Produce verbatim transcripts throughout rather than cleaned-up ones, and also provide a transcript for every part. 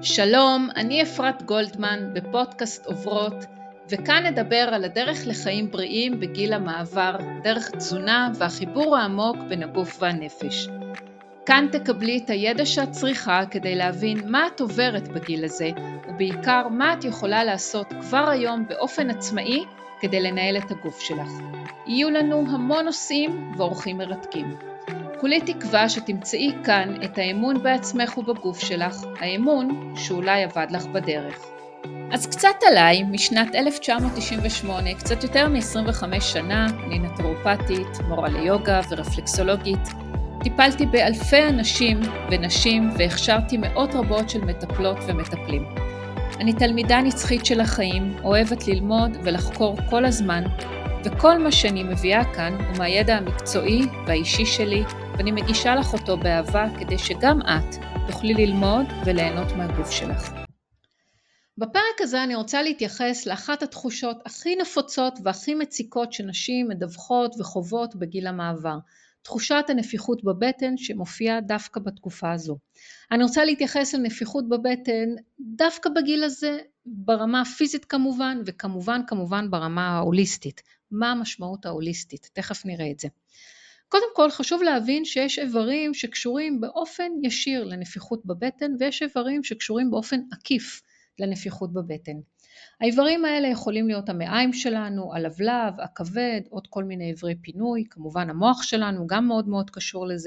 שלום, אני אפרת גולדמן בפודקאסט עוברות, וכאן נדבר על הדרך לחיים בריאים בגיל המעבר, דרך תזונה והחיבור העמוק בין הגוף והנפש. כאן תקבלי את הידע שאת צריכה כדי להבין מה את עוברת בגיל הזה, ובעיקר מה את יכולה לעשות כבר היום באופן עצמאי כדי לנהל את הגוף שלך. יהיו לנו המון נושאים ואורחים מרתקים. כולי תקווה שתמצאי כאן את האמון בעצמך ובגוף שלך, האמון שאולי עבד לך בדרך. אז קצת עליי, משנת אלף תשע מאות תשעים ושמונה, קצת יותר מ-עשרים וחמש שנה, אני נטורופטית, מורה ליוגה ורפלקסולוגית. טיפלתי באלפי אנשים ונשים והכשרתי מאות רבות של מטפלות ומטפלים. אני תלמידה נצחית של החיים, אוהבת ללמוד ולחקור כל הזמן, וכל מה שאני מביאה כאן הוא מהידע המקצועי והאישי שלי, ואני מגישה לך אותו באהבה כדי שגם את תוכלי ללמוד וליהנות מהגוף שלך. בפרק הזה אני רוצה להתייחס לאחת התחושות הכי נפוצות והכי מציקות שנשים מדווחות וחוות בגיל המעבר. תחושת הנפיחות בבטן שמופיעה דווקא בתקופה הזו. אני רוצה להתייחס לנפיחות בבטן דווקא בגיל הזה, ברמה הפיזית כמובן, וכמובן כמובן ברמה ההוליסטית. מה המשמעות ההוליסטית? תכף נראה את זה. קודם כל חשוב להבין שיש איברים שקשורים באופן ישיר לנפיחות בבטן, ויש איברים שקשורים באופן עקיף לנפיחות בבטן. האיברים האלה יכולים להיות המעיים שלנו, הלבלב, הכבד, עוד כל מיני איברי פינוי, כמובן המוח שלנו גם מאוד מאוד קשור לזה.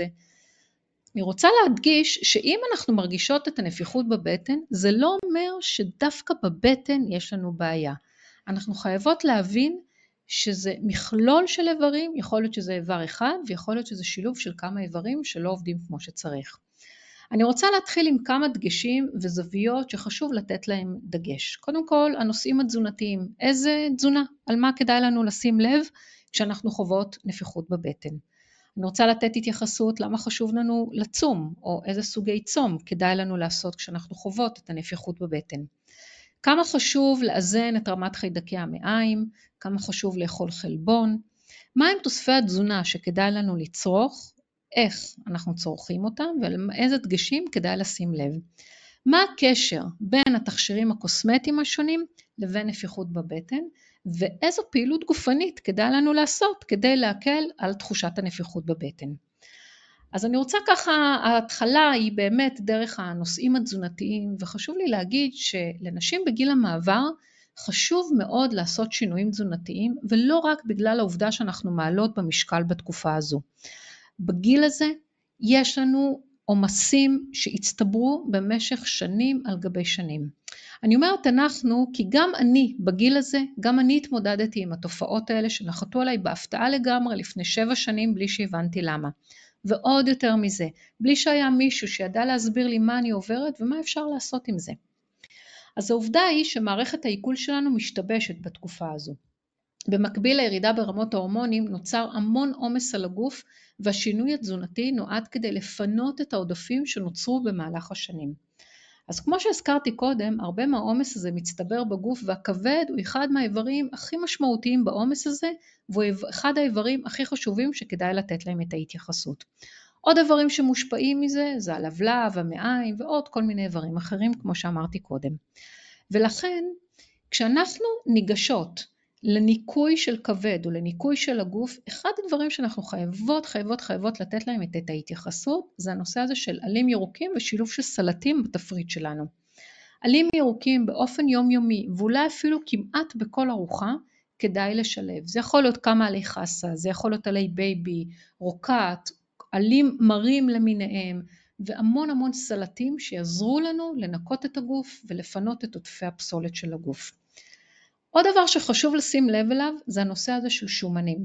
אני רוצה להדגיש שאם אנחנו מרגישות את הנפיחות בבטן, זה לא אומר שדווקא בבטן יש לנו בעיה. אנחנו חייבות להבין שזה מכלול של איברים, יכול להיות שזה איבר אחד, ויכול להיות שזה שילוב של כמה איברים שלא עובדים כמו שצריך. אני רוצה להתחיל עם כמה דגשים וזוויות שחשוב לתת להם דגש. קודם כל, הנושאים התזונתיים. איזה תזונה? על מה כדאי לנו לשים לב כשאנחנו חוות נפיחות בבטן? אני רוצה לתת התייחסות למה חשוב לנו לצום, או איזה סוגי צום כדאי לנו לעשות כשאנחנו חוות את הנפיחות בבטן. כמה חשוב לאזן את רמת חיידקי המעיים, כמה חשוב לאכול חלבון, מה הם תוספי התזונה שכדאי לנו לצרוך, איך אנחנו צורכים אותם ואיזה דגשים כדאי לשים לב. מה הקשר בין התכשירים הקוסמטיים השונים לבין נפיחות בבטן, ואיזו פעילות גופנית כדאי לנו לעשות כדי להקל על תחושת הנפיחות בבטן. אז אני רוצה ככה, ההתחלה היא באמת דרך הנושאים התזונתיים, וחשוב לי להגיד שלנשים בגיל המעבר חשוב מאוד לעשות שינויים תזונתיים, ולא רק בגלל העובדה שאנחנו מעלות במשקל בתקופה הזו. בגיל הזה יש לנו עומסים שהצטברו במשך שנים על גבי שנים. אני אומרת אנחנו כי גם אני בגיל הזה, גם אני התמודדתי עם התופעות האלה שנחתו עליי בהפתעה לגמרי לפני שבע שנים בלי שהבנתי למה. ועוד יותר מזה, בלי שהיה מישהו שידע להסביר לי מה אני עוברת ומה אפשר לעשות עם זה. אז העובדה היא שמערכת העיכול שלנו משתבשת בתקופה הזו. במקביל לירידה ברמות ההורמונים נוצר המון עומס על הגוף, והשינוי התזונתי נועד כדי לפנות את העודפים שנוצרו במהלך השנים. אז כמו שהזכרתי קודם, הרבה מהעומס הזה מצטבר בגוף, והכבד הוא אחד מהאיברים הכי משמעותיים בעומס הזה, והוא אחד האיברים הכי חשובים שכדאי לתת להם את ההתייחסות. עוד איברים שמושפעים מזה זה הלבלב, המעיים ועוד כל מיני איברים אחרים כמו שאמרתי קודם. ולכן כשאנחנו ניגשות לניקוי של כבד או לניקוי של הגוף, אחד הדברים שאנחנו חייבות, חייבות, חייבות לתת להם את ההתייחסות, זה הנושא הזה של עלים ירוקים ושילוב של סלטים בתפריט שלנו. עלים ירוקים באופן יומיומי, ואולי אפילו כמעט בכל ארוחה, כדאי לשלב. זה יכול להיות כמה עלי חסה, זה יכול להיות עלי בייבי, רוקט, עלים מרים למיניהם, והמון המון סלטים שיעזרו לנו לנקות את הגוף ולפנות את עודפי הפסולת של הגוף. עוד דבר שחשוב לשים לב אליו זה הנושא הזה של שומנים.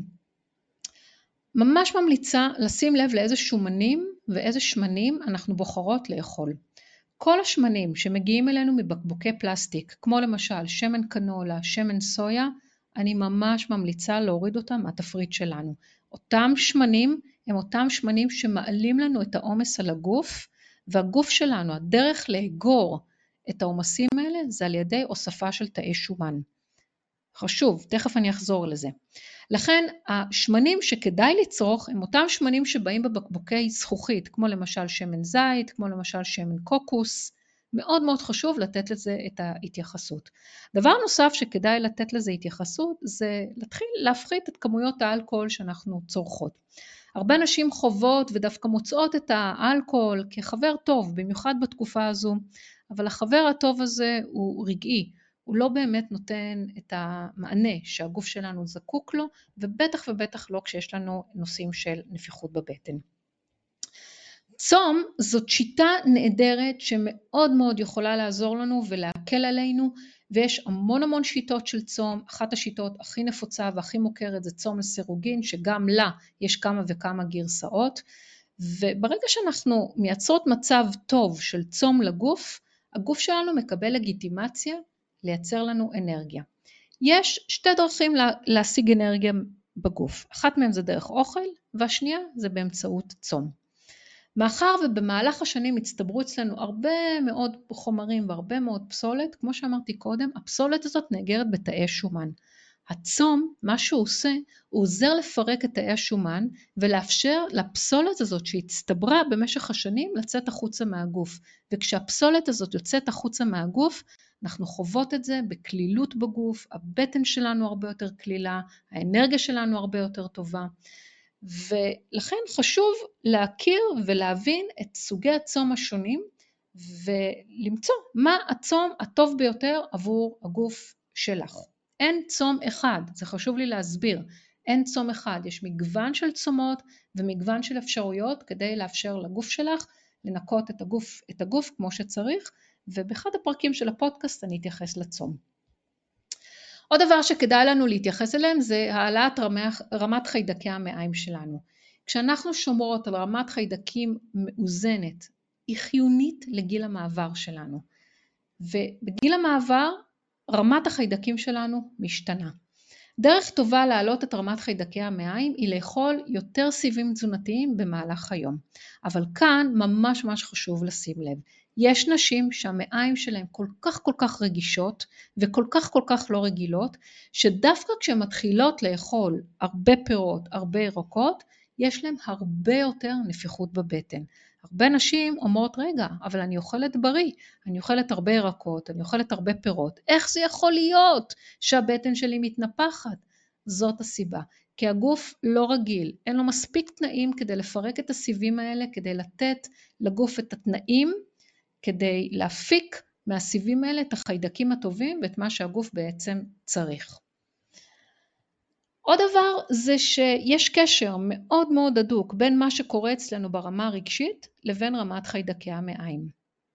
ממש ממליצה לשים לב לאיזה שומנים ואיזה שמנים אנחנו בוחרות לאכול. כל השמנים שמגיעים אלינו מבקבוקי פלסטיק, כמו למשל שמן קנולה, שמן סויה, אני ממש ממליצה להוריד אותם מהתפריט שלנו. אותם שמנים הם אותם שמנים שמעלים לנו את העומס על הגוף, והגוף שלנו, הדרך לאגור את העומסים האלה זה על ידי הוספה של תאי שומן. חשוב, תכף אני אחזור לזה. לכן השמנים שכדאי לצרוך הם אותם שמנים שבאים בבקבוקי זכוכית, כמו למשל שמן זית, כמו למשל שמן קוקוס, מאוד מאוד חשוב לתת לזה את ההתייחסות. דבר נוסף שכדאי לתת לזה התייחסות זה להתחיל להפחית את כמויות האלכוהול שאנחנו צורכות. הרבה נשים חוות ודווקא מוצאות את האלכוהול כחבר טוב, במיוחד בתקופה הזו, אבל החבר הטוב הזה הוא רגעי, הוא לא באמת נותן את המענה שהגוף שלנו זקוק לו, ובטח ובטח לא כשיש לנו נושאים של נפיחות בבטן. צום זאת שיטה נהדרת שמאוד מאוד יכולה לעזור לנו ולהקל עלינו, ויש המון המון שיטות של צום. אחת השיטות הכי נפוצה והכי מוכרת זה צום לסירוגין, שגם לה יש כמה וכמה גרסאות, וברגע שאנחנו מייצרות מצב טוב של צום לגוף, הגוף שלנו מקבל לגיטימציה לייצר לנו אנרגיה. יש שתי דרכים להשיג אנרגיה בגוף, אחת מהן זה דרך אוכל, והשנייה זה באמצעות צום. מאחר ובמהלך השנים הצטברו אצלנו הרבה מאוד חומרים והרבה מאוד פסולת, כמו שאמרתי קודם, הפסולת הזאת נאגרת בתאי שומן. הצום, מה שהוא עושה, הוא עוזר לפרק את תאי השומן ולאפשר לפסולת הזאת שהצטברה במשך השנים לצאת החוצה מהגוף. וכשהפסולת הזאת יוצאת החוצה מהגוף, אנחנו חוות את זה בקלילות בגוף, הבטן שלנו הרבה יותר קלילה, האנרגיה שלנו הרבה יותר טובה. ולכן חשוב להכיר ולהבין את סוגי הצום השונים ולמצוא מה הצום הטוב ביותר עבור הגוף שלך. אין צום אחד, זה חשוב לי להסביר, אין צום אחד, יש מגוון של צומות ומגוון של אפשרויות כדי לאפשר לגוף שלך לנקות את הגוף, את הגוף כמו שצריך, ובאחד הפרקים של הפודקאסט אני אתייחס לצום. עוד דבר שכדאי לנו להתייחס אליהם זה העלאת רמת חיידקי המעיים שלנו. כשאנחנו שומרות על רמת חיידקים מאוזנת, היא חיונית לגיל המעבר שלנו. ובגיל המעבר רמת החיידקים שלנו משתנה. דרך טובה להעלות את רמת חיידקי המעיים היא לאכול יותר סיבים תזונתיים במהלך היום. אבל כאן ממש ממש חשוב לשים לב. יש נשים שהמעיים שלהם כל כך כל כך רגישות וכל כך כל כך לא רגילות, שדווקא כשהן מתחילות לאכול הרבה פירות, הרבה ירקות, יש להם הרבה יותר נפיחות בבטן. הרבה נשים אומרות, רגע, אבל אני אוכלת בריא, אני אוכלת הרבה ירקות, אני אוכלת הרבה פירות. איך זה יכול להיות שהבטן שלי מתנפחת? זאת הסיבה. כי הגוף לא רגיל, אין לו מספיק תנאים כדי לפרק את הסיבים האלה, כדי לתת לגוף את התנאים, כדי להפיק מהסיבים האלה את החיידקים הטובים ואת מה שהגוף בעצם צריך. עוד דבר זה שיש קשר מאוד מאוד הדוק בין מה שקורה אצלנו ברמה הרגשית לבין רמת חיידקי המעיים.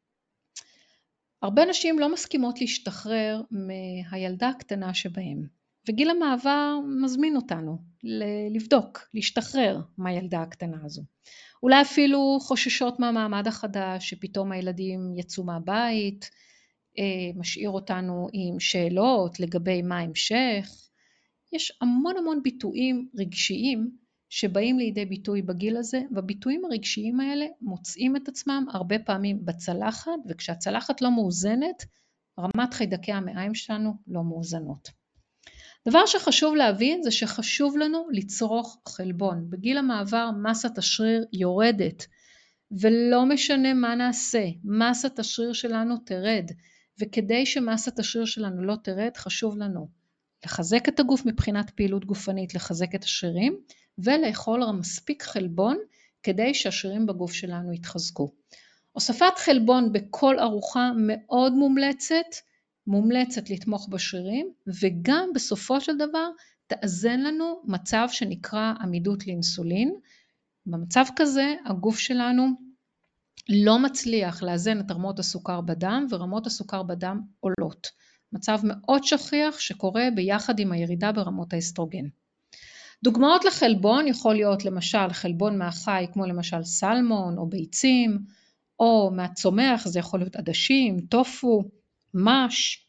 הרבה נשים לא מסכימות להשתחרר מהילדה הקטנה שבהם, וגיל המעבר מזמין אותנו לבדוק, להשתחרר מהילדה הקטנה הזו. אולי אפילו חוששות מהמעמד החדש, שפתאום הילדים יצאו מהבית, משאיר אותנו עם שאלות לגבי מה המשך. יש המון המון ביטויים רגשיים שבאים לידי ביטוי בגיל הזה, והביטויים הרגשיים האלה מוצאים את עצמם הרבה פעמים בצלחת, וכשהצלחת לא מאוזנת, רמת חיידקי המעיים שלנו לא מאוזנות. דבר שחשוב להבין זה שחשוב לנו לצרוך חלבון. בגיל המעבר מסת השריר יורדת, ולא משנה מה נעשה, מסת השריר שלנו תרד, וכדי שמסת השריר שלנו לא תרד, חשוב לנו לחזק את הגוף מבחינת פעילות גופנית, לחזק את השרירים, ולאכול מספיק חלבון, כדי שהשרירים בגוף שלנו יתחזקו. הוספת חלבון בכל ארוחה מאוד מומלצת, מומלצת לתמוך בשרירים, וגם בסופו של דבר תאזן לנו מצב שנקרא עמידות לאינסולין. במצב כזה הגוף שלנו לא מצליח לאזן את רמות הסוכר בדם, ורמות הסוכר בדם עולות. מצב מאוד שכיח שקורה ביחד עם הירידה ברמות האסטרוגן. דוגמאות לחלבון יכול להיות למשל חלבון מהחי, כמו למשל סלמון או ביצים, או מהצומח, זה יכול להיות עדשים, טופו, מש,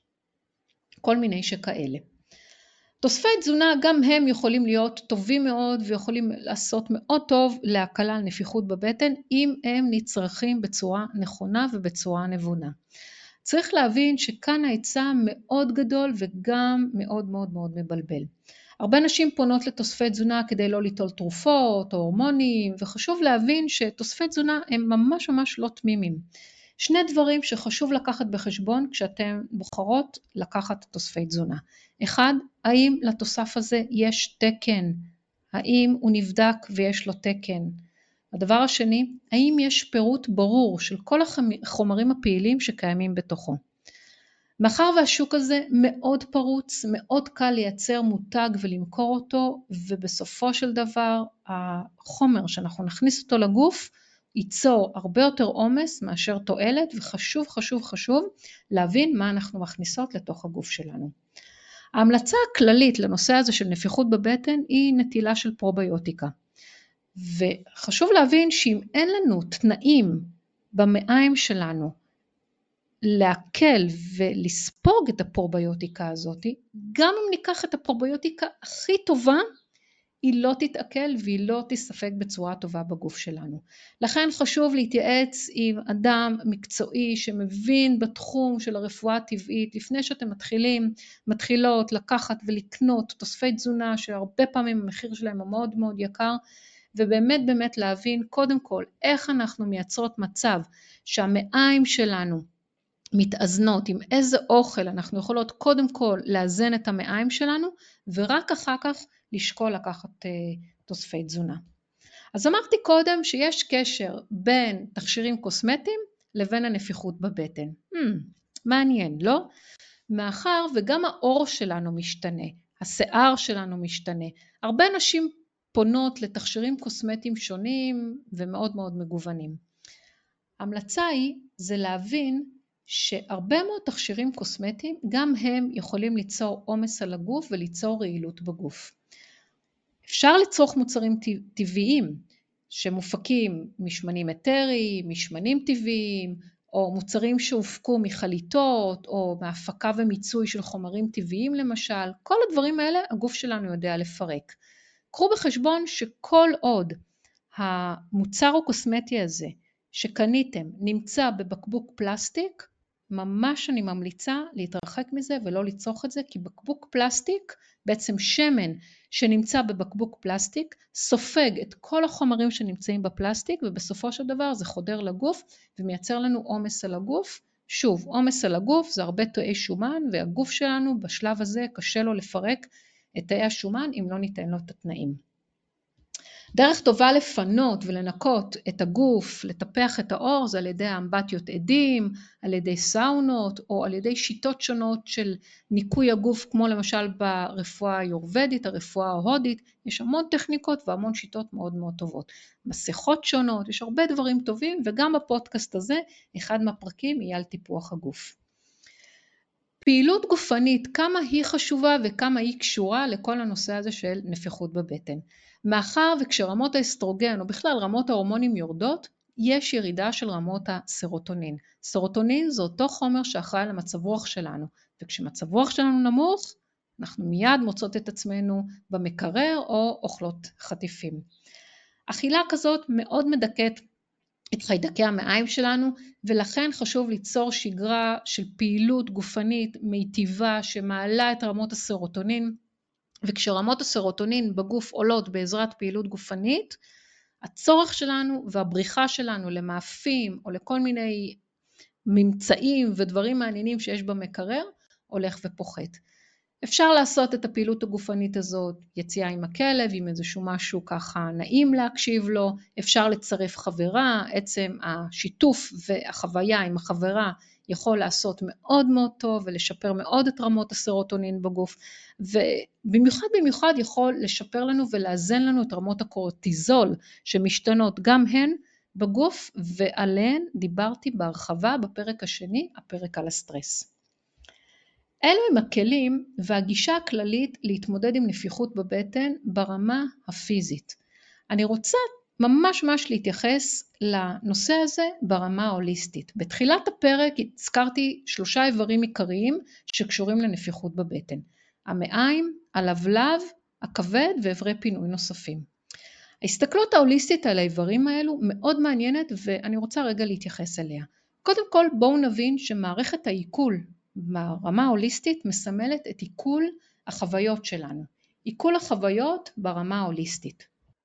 כל מיני שכאלה. תוספי תזונה גם הם יכולים להיות טובים מאוד ויכולים לעשות מאוד טוב להקלה על נפיחות בבטן, אם הם נצרכים בצורה נכונה ובצורה נבונה. צריך להבין שכאן ההיצע מאוד גדול וגם מאוד מאוד מאוד מבלבל. הרבה נשים פונות לתוספי תזונה כדי לא ליטול תרופות או הורמונים, וחשוב להבין שתוספי תזונה הם ממש ממש לא תמימים. שני דברים שחשוב לקחת בחשבון כשאתם בוחרות לקחת תוספי תזונה. אחד, האם לתוסף הזה יש תקן? האם הוא נבדק ויש לו תקן? הדבר השני, האם יש פירוט ברור של כל החומרים הפעילים שקיימים בתוכו? מאחר והשוק הזה מאוד פרוץ, מאוד קל לייצר מותג ולמכור אותו, ובסופו של דבר החומר שאנחנו נכניס אותו לגוף, ייצור הרבה יותר עומס מאשר תועלת, וחשוב חשוב חשוב להבין מה אנחנו מכניסות לתוך הגוף שלנו. ההמלצה הכללית לנושא הזה של נפיחות בבטן היא נטילה של פרוביוטיקה. וחשוב להבין שאם אין לנו תנאים במעיים שלנו להקל ולספוג את הפרוביוטיקה הזאת, גם אם ניקח את הפרוביוטיקה הכי טובה, היא לא תתעכל והיא לא תספק בצורה טובה בגוף שלנו. לכן חשוב להתייעץ עם אדם מקצועי שמבין בתחום של הרפואה הטבעית, לפני שאתם מתחילים, מתחילות לקחת ולקנות תוספי תזונה, שהרבה פעמים המחיר שלהם הוא מאוד מאוד יקר, ובאמת באמת להבין קודם כל איך אנחנו מייצרות מצב שהמעיים שלנו מתאזנות, עם איזה אוכל אנחנו יכולות קודם כל לאזן את המעיים שלנו, ורק אחר כך לשקול לקחת uh, תוספי תזונה. אז אמרתי קודם שיש קשר בין תכשירים קוסמטיים לבין הנפיחות בבטן. Hmm, מעניין, לא? מאחר וגם האור שלנו משתנה, השיער שלנו משתנה. הרבה נשים פונות לתכשירים קוסמטיים שונים ומאוד מאוד מגוונים. ההמלצה היא זה להבין שהרבה מאוד תכשירים קוסמטיים גם הם יכולים ליצור עומס על הגוף וליצור רעילות בגוף. אפשר לצרוך מוצרים טבעיים שמופקים משמנים אתריים, משמנים טבעיים, או מוצרים שהופקו מחליטות, או מהפקה ומיצוי של חומרים טבעיים למשל. כל הדברים האלה הגוף שלנו יודע לפרק. קחו בחשבון שכל עוד המוצר הקוסמטי הזה שקניתם נמצא בבקבוק פלסטיק, ממש אני ממליצה להתרחק מזה ולא לצרוך את זה, כי בקבוק פלסטיק, בעצם שמן שנמצא בבקבוק פלסטיק, סופג את כל החומרים שנמצאים בפלסטיק, ובסופו של דבר זה חודר לגוף ומייצר לנו עומס על הגוף. שוב, עומס על הגוף זה הרבה תאי שומן, והגוף שלנו בשלב הזה קשה לו לפרק את תאי השומן אם לא ניתן לו את התנאים. דרך טובה לפנות ולנקות את הגוף, לטפח את האור, זה על ידי אמבטיות עדים, על ידי סאונות, או על ידי שיטות שונות של ניקוי הגוף, כמו למשל ברפואה היורבדית, הרפואה ההודית, יש המון טכניקות והמון שיטות מאוד מאוד טובות. מסכות שונות, יש הרבה דברים טובים, וגם בפודקאסט הזה, אחד מהפרקים יהיה על טיפוח הגוף. פעילות גופנית, כמה היא חשובה וכמה היא קשורה לכל הנושא הזה של נפיחות בבטן. מאחר וכשרמות האסטרוגן או בכלל רמות ההורמונים יורדות, יש ירידה של רמות הסרוטונין. סרוטונין זה אותו חומר שאחראי למצב רוח שלנו, וכשמצב רוח שלנו נמוך, אנחנו מיד מוצאות את עצמנו במקרר או אוכלות חטיפים. אכילה כזאת מאוד מדכאת את חיידקי המעיים שלנו, ולכן חשוב ליצור שגרה של פעילות גופנית מיטיבה שמעלה את רמות הסרוטונין, וכשרמות הסרוטונין בגוף עולות בעזרת פעילות גופנית, הצורך שלנו והבריחה שלנו למאפים או לכל מיני ממצאים ודברים מעניינים שיש במקרר הולך ופוחת. אפשר לעשות את הפעילות הגופנית הזאת, יציאה עם הכלב, עם איזשהו משהו ככה נעים להקשיב לו, אפשר לצרף חברה, עצם השיתוף והחוויה עם החברה יכול לעשות מאוד מאוד טוב ולשפר מאוד את רמות הסרוטונין בגוף, ובמיוחד במיוחד יכול לשפר לנו ולאזן לנו את רמות הקורטיזול שמשתנות גם הן בגוף, ועליהן דיברתי בהרחבה בפרק השני, הפרק על הסטרס. אלו הם הכלים והגישה הכללית להתמודד עם נפיחות בבטן ברמה הפיזית. אני רוצה ממש ממש להתייחס לנושא הזה ברמה ההוליסטית. בתחילת הפרק הזכרתי שלושה איברים עיקריים שקשורים לנפיחות בבטן. המעיים, הלבלב, הכבד ואיברי פינוי נוספים. ההסתכלות ההוליסטית על האיברים האלו מאוד מעניינת ואני רוצה רגע להתייחס אליה. קודם כל בואו נבין שמערכת העיכול ברמה ההוליסטית מסמלת את עיכול החוויות שלנו. עיכול החוויות ברמה ההוליסטית.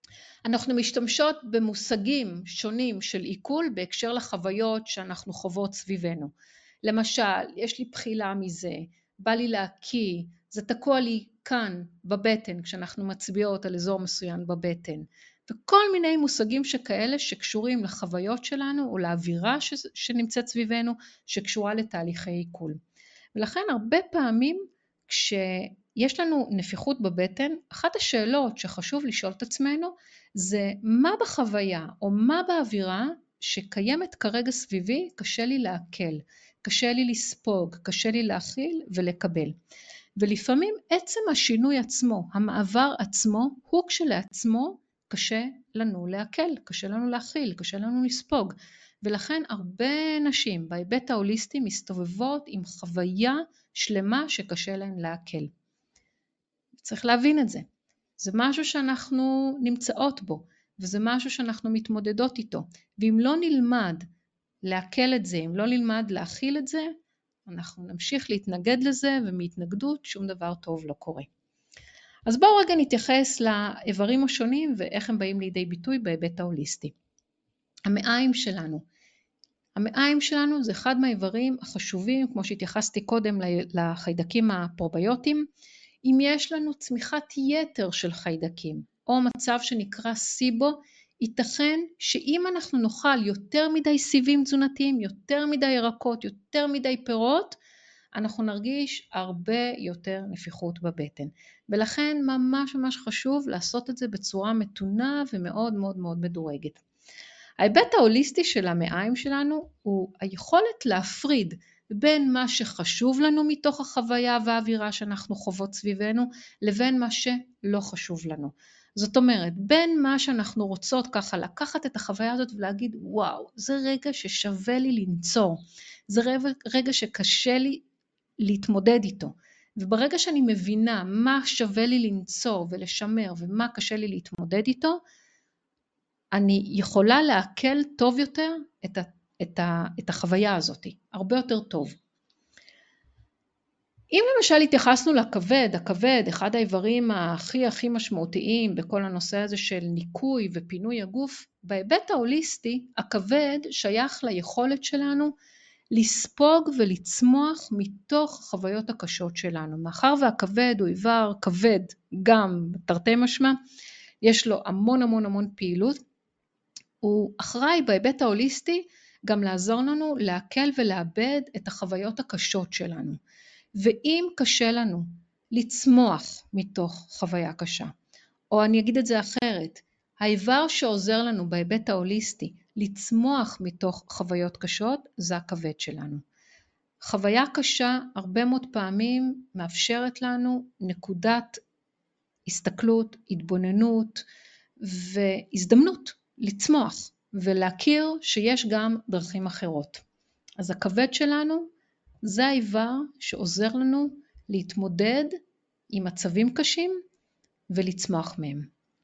אנחנו משתמשות במושגים שונים של עיכול בהקשר לחוויות שאנחנו חוות סביבנו. למשל, יש לי בחילה מזה, בא לי להקיא, זה תקוע לי כאן בבטן כשאנחנו מצביעות על אזור מסוים בבטן. וכל מיני מושגים שכאלה שקשורים לחוויות שלנו או לאווירה שנמצאת סביבנו שקשורה לתהליכי עיכול. ולכן הרבה פעמים כשיש לנו נפיחות בבטן, אחת השאלות שחשוב לשאול את עצמנו זה מה בחוויה או מה באווירה שקיימת כרגע סביבי קשה לי לעכל, קשה לי לספוג, קשה לי להכיל ולקבל. ולפעמים עצם השינוי עצמו, המעבר עצמו, הוא כשלעצמו קשה לנו לעכל, קשה לנו להכיל, קשה לנו לספוג. ולכן הרבה נשים בהיבט ההוליסטי מסתובבות עם חוויה שלמה שקשה להן לעכל. צריך להבין את זה. זה משהו שאנחנו נמצאות בו, וזה משהו שאנחנו מתמודדות איתו. ואם לא נלמד לעכל את זה, אם לא נלמד להכיל את זה, אנחנו נמשיך להתנגד לזה, ומהתנגדות שום דבר טוב לא קורה. אז בואו רגע נתייחס לאיברים השונים, ואיך הם באים לידי ביטוי בהיבט ההוליסטי. המעיים שלנו. המעיים שלנו זה אחד מהאיברים החשובים, כמו שהתייחסתי קודם לחיידקים הפרוביוטיים. אם יש לנו צמיחת יתר של חיידקים, או מצב שנקרא סיבו, ייתכן שאם אנחנו נאכל יותר מדי סיבים תזונתיים, יותר מדי ירקות, יותר מדי פירות, אנחנו נרגיש הרבה יותר נפיחות בבטן. ולכן ממש ממש חשוב לעשות את זה בצורה מתונה ומאוד מאוד מאוד מדורגת. ההיבט ההוליסטי של המעיים שלנו הוא היכולת להפריד בין מה שחשוב לנו מתוך החוויה והאווירה שאנחנו חוות סביבנו, לבין מה שלא חשוב לנו. זאת אומרת, בין מה שאנחנו רוצות ככה לקחת את החוויה הזאת ולהגיד, וואו, זה רגע ששווה לי לנצור, זה רגע שקשה לי להתמודד איתו. וברגע שאני מבינה מה שווה לי לנצור ולשמר ומה קשה לי להתמודד איתו, אני יכולה לעכל טוב יותר את, ה, את, ה, את החוויה הזאת, הרבה יותר טוב. אם למשל התייחסנו לכבד, הכבד, אחד האיברים הכי הכי משמעותיים בכל הנושא הזה של ניקוי ופינוי הגוף, בהיבט ההוליסטי, הכבד שייך ליכולת שלנו לספוג ולצמוח מתוך החוויות הקשות שלנו. מאחר והכבד הוא איבר כבד, גם תרתי משמע, יש לו המון המון המון פעילות, הוא אחראי בהיבט ההוליסטי גם לעזור לנו לעכל ולאבד את החוויות הקשות שלנו. ואם קשה לנו לצמוח מתוך חוויה קשה, או אני אגיד את זה אחרת, האיבר שעוזר לנו בהיבט ההוליסטי לצמוח מתוך חוויות קשות, זה הכבד שלנו. חוויה קשה הרבה מאוד פעמים מאפשרת לנו נקודת הסתכלות, התבוננות והזדמנות לצמוח ולהכיר שיש גם דרכים אחרות. אז הכבד שלנו זה האיבר שעוזר לנו להתמודד עם מצבים קשים ולצמוח מהם.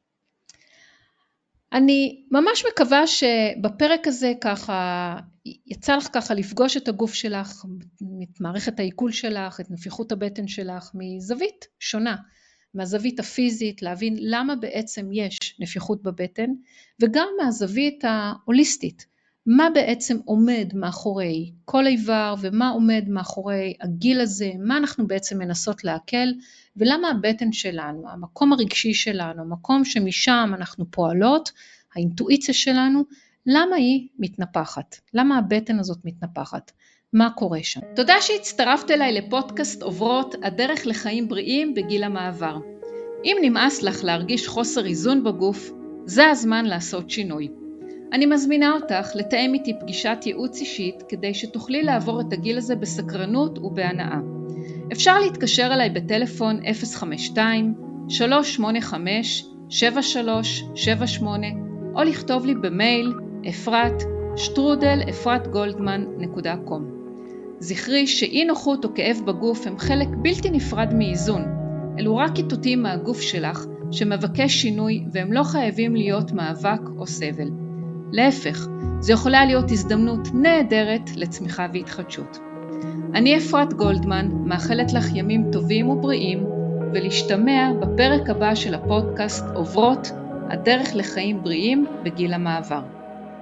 אני ממש מקווה שבפרק הזה ככה, יצא לך ככה לפגוש את הגוף שלך, את מערכת העיכול שלך, את נפיחות הבטן שלך, מזווית שונה, מהזווית הפיזית, להבין למה בעצם יש נפיחות בבטן, וגם מהזווית ההוליסטית, מה בעצם עומד מאחורי כל איבר, ומה עומד מאחורי הגיל הזה, מה אנחנו בעצם מנסות לעכל, ולמה הבטן שלנו, המקום הרגשי שלנו, המקום שמשם אנחנו פועלות, האינטואיציה שלנו, למה היא מתנפחת? למה הבטן הזאת מתנפחת? מה קורה שם? תודה שהצטרפת אליי לפודקאסט עוברות הדרך לחיים בריאים בגיל המעבר. אם נמאס לך להרגיש חוסר איזון בגוף, זה הזמן לעשות שינוי. אני מזמינה אותך לתאם איתי פגישת ייעוץ אישית כדי שתוכלי לעבור את הגיל הזה בסקרנות ובהנאה. אפשר להתקשר אליי בטלפון אפס חמש שתיים שלוש שמונה חמש שבע שלוש שבע שמונה או לכתוב לי במייל אפרת שטרודל אפרת גולדמן נקודה קום. זכרי שאי נוחות או כאב בגוף הם חלק בלתי נפרד מאיזון. אלו רק איתותים מהגוף שלך שמבקש שינוי והם לא חייבים להיות מאבק או סבל. להפך, זו יכולה להיות הזדמנות נהדרת לצמיחה והתחדשות. אני אפרת גולדמן, מאחלת לך ימים טובים ובריאים, ולהשתמע בפרק הבא של הפודקאסט עוברות הדרך לחיים בריאים בגיל המעבר.